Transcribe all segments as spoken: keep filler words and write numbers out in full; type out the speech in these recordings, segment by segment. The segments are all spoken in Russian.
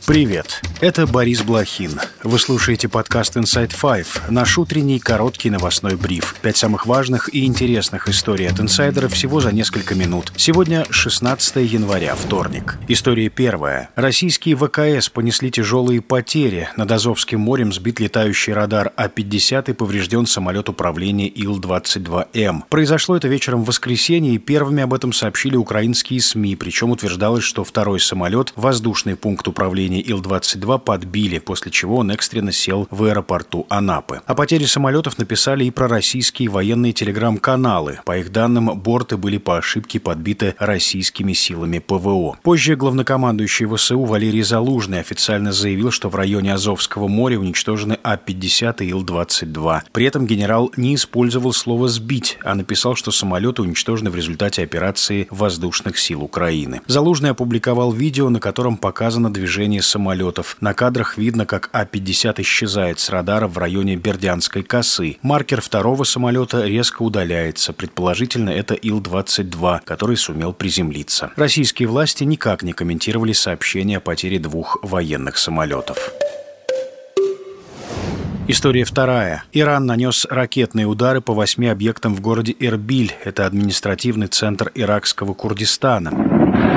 Привет, это Борис Блохин. Вы слушаете подкаст Inside Five, наш утренний короткий новостной бриф. Пять самых важных и интересных историй от инсайдера всего за несколько минут. Сегодня шестнадцатое января, вторник. История первая. Российские ВКС понесли тяжелые потери. Над Азовским морем сбит летающий радар А пятьдесят и поврежден самолет управления Ил двадцать два М. Произошло это вечером в воскресенье, и первыми об этом сообщили украинские СМИ. Причем утверждалось, что второй самолет, воздушный пункт управления Ил двадцать два, подбили, после чего он экстренно сел в аэропорту Анапы. О потере самолетов написали и пророссийские военные телеграм-каналы. По их данным, борты были по ошибке подбиты российскими силами ПВО. Позже главнокомандующий ВСУ Валерий Залужный официально заявил, что в районе Азовского моря уничтожены А пятьдесят и Ил двадцать два. При этом генерал не использовал слово «сбить», а написал, что самолеты уничтожены в результате операции воздушных сил Украины. Залужный опубликовал видео, на котором показано движение самолетов. На кадрах видно, как А пятьдесят исчезает с радара в районе Бердянской косы. Маркер второго самолета резко удаляется. Предположительно, это Ил двадцать два, который сумел приземлиться. Российские власти никак не комментировали сообщение о потере двух военных самолетов. История вторая. Иран нанес ракетные удары по восьми объектам в городе Эрбиль. Это административный центр иракского Курдистана.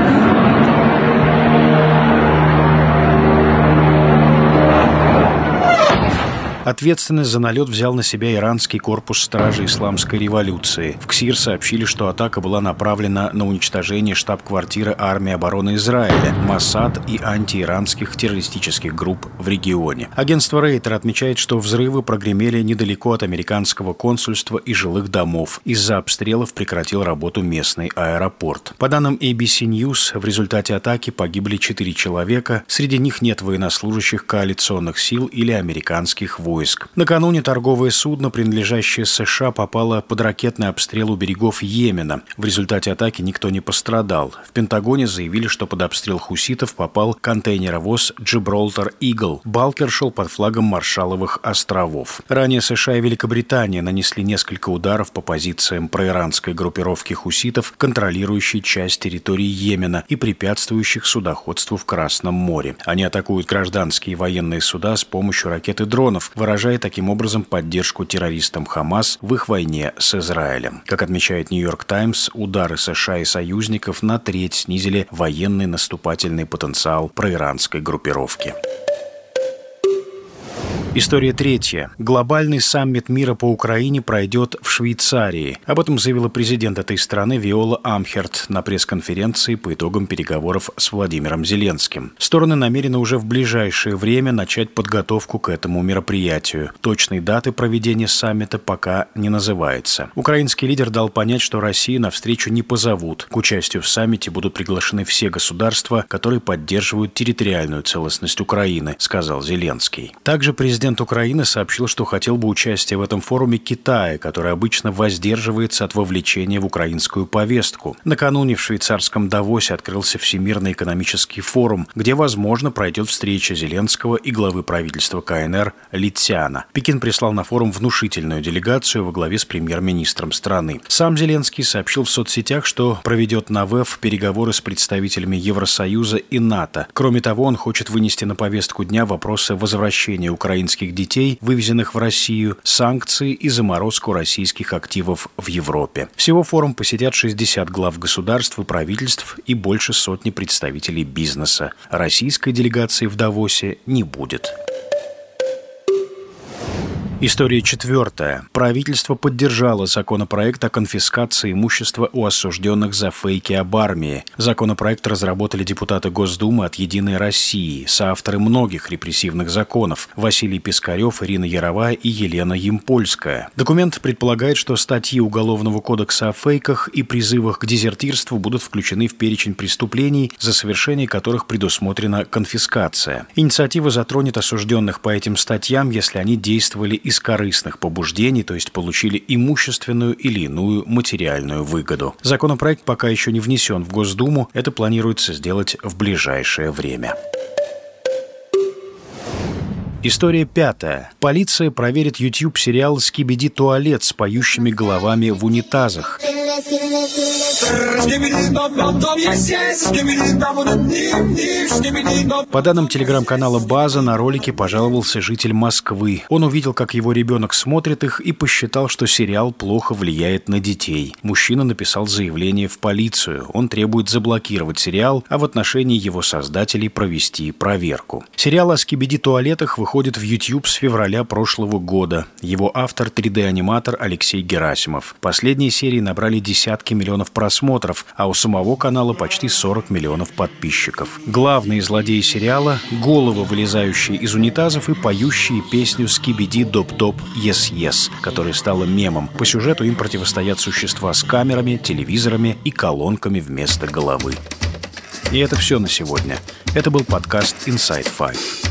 Ответственность за налет взял на себя иранский корпус стражи исламской революции. В КСИР сообщили, что атака была направлена на уничтожение штаб-квартиры армии обороны Израиля, Моссад и антииранских террористических групп в регионе. Агентство Рейтер отмечает, что взрывы прогремели недалеко от американского консульства и жилых домов. Из-за обстрелов прекратил работу местный аэропорт. По данным эй би си News, в результате атаки погибли четыре человека. Среди них нет военнослужащих коалиционных сил или американских войск. Войск. Накануне торговое судно, принадлежащее США, попало под ракетный обстрел у берегов Йемена. В результате атаки никто не пострадал. В Пентагоне заявили, что под обстрел хуситов попал контейнеровоз Gibraltar Eagle. Балкер шел под флагом Маршалловых островов. Ранее США и Великобритания нанесли несколько ударов по позициям проиранской группировки хуситов, контролирующей часть территории Йемена и препятствующих судоходству в Красном море. Они атакуют гражданские и военные суда с помощью ракет и дронов, выражая таким образом поддержку террористам Хамас в их войне с Израилем. Как отмечает Нью-Йорк Таймс, удары США и союзников на треть снизили военный наступательный потенциал проиранской группировки. История третья. Глобальный саммит мира по Украине пройдет в Швейцарии. Об этом заявила президент этой страны Виола Амхерт на пресс-конференции по итогам переговоров с Владимиром Зеленским. Стороны намерены уже в ближайшее время начать подготовку к этому мероприятию. Точной даты проведения саммита пока не называется. Украинский лидер дал понять, что Россию навстречу не позовут. К участию в саммите будут приглашены все государства, которые поддерживают территориальную целостность Украины, сказал Зеленский. Также президент Президент Украины сообщил, что хотел бы участия в этом форуме Китая, который обычно воздерживается от вовлечения в украинскую повестку. Накануне в швейцарском Давосе открылся Всемирный экономический форум, где, возможно, пройдет встреча Зеленского и главы правительства ка эн эр Ли Цяна. Пекин прислал на форум внушительную делегацию во главе с премьер-министром страны. Сам Зеленский сообщил в соцсетях, что проведет на ВЭФ переговоры с представителями Евросоюза и НАТО. Кроме того, он хочет вынести на повестку дня вопросы возвращения украинских детей, вывезенных в Россию, санкции и заморозку российских активов в Европе. Всего форум посетят шестьдесят глав государств и правительств и больше сотни представителей бизнеса. Российской делегации в Давосе не будет. История четвертая. Правительство поддержало законопроект о конфискации имущества у осужденных за фейки об армии. Законопроект разработали депутаты Госдумы от «Единой России», соавторы многих репрессивных законов – Василий Пискарев, Ирина Яровая и Елена Ямпольская. Документ предполагает, что статьи Уголовного кодекса о фейках и призывах к дезертирству будут включены в перечень преступлений, за совершение которых предусмотрена конфискация. Инициатива затронет осужденных по этим статьям, если они действовали из корыстных побуждений, то есть получили имущественную или иную материальную выгоду. Законопроект пока еще не внесен в Госдуму, это планируется сделать в ближайшее время. История пятая. Полиция проверит YouTube-сериал «Скибиди Туалет» с поющими головами в унитазах. По данным телеграм-канала «База», на ролике пожаловался житель Москвы. Он увидел, как его ребенок смотрит их, и посчитал, что сериал плохо влияет на детей. Мужчина написал заявление в полицию. Он требует заблокировать сериал, а в отношении его создателей провести проверку. Сериал о скибиди-туалетах выходит в YouTube с февраля прошлого года. Его автор три дэ-аниматор Алексей Герасимов. Последние серии набрали десятки миллионов просмотров, а у самого канала почти сорок миллионов подписчиков. Главные злодеи сериала – головы, вылезающие из унитазов и поющие песню «Скибиди-доп-доп ес-ес», которая стала мемом. По сюжету им противостоят существа с камерами, телевизорами и колонками вместо головы. И это все на сегодня. Это был подкаст Inside Five.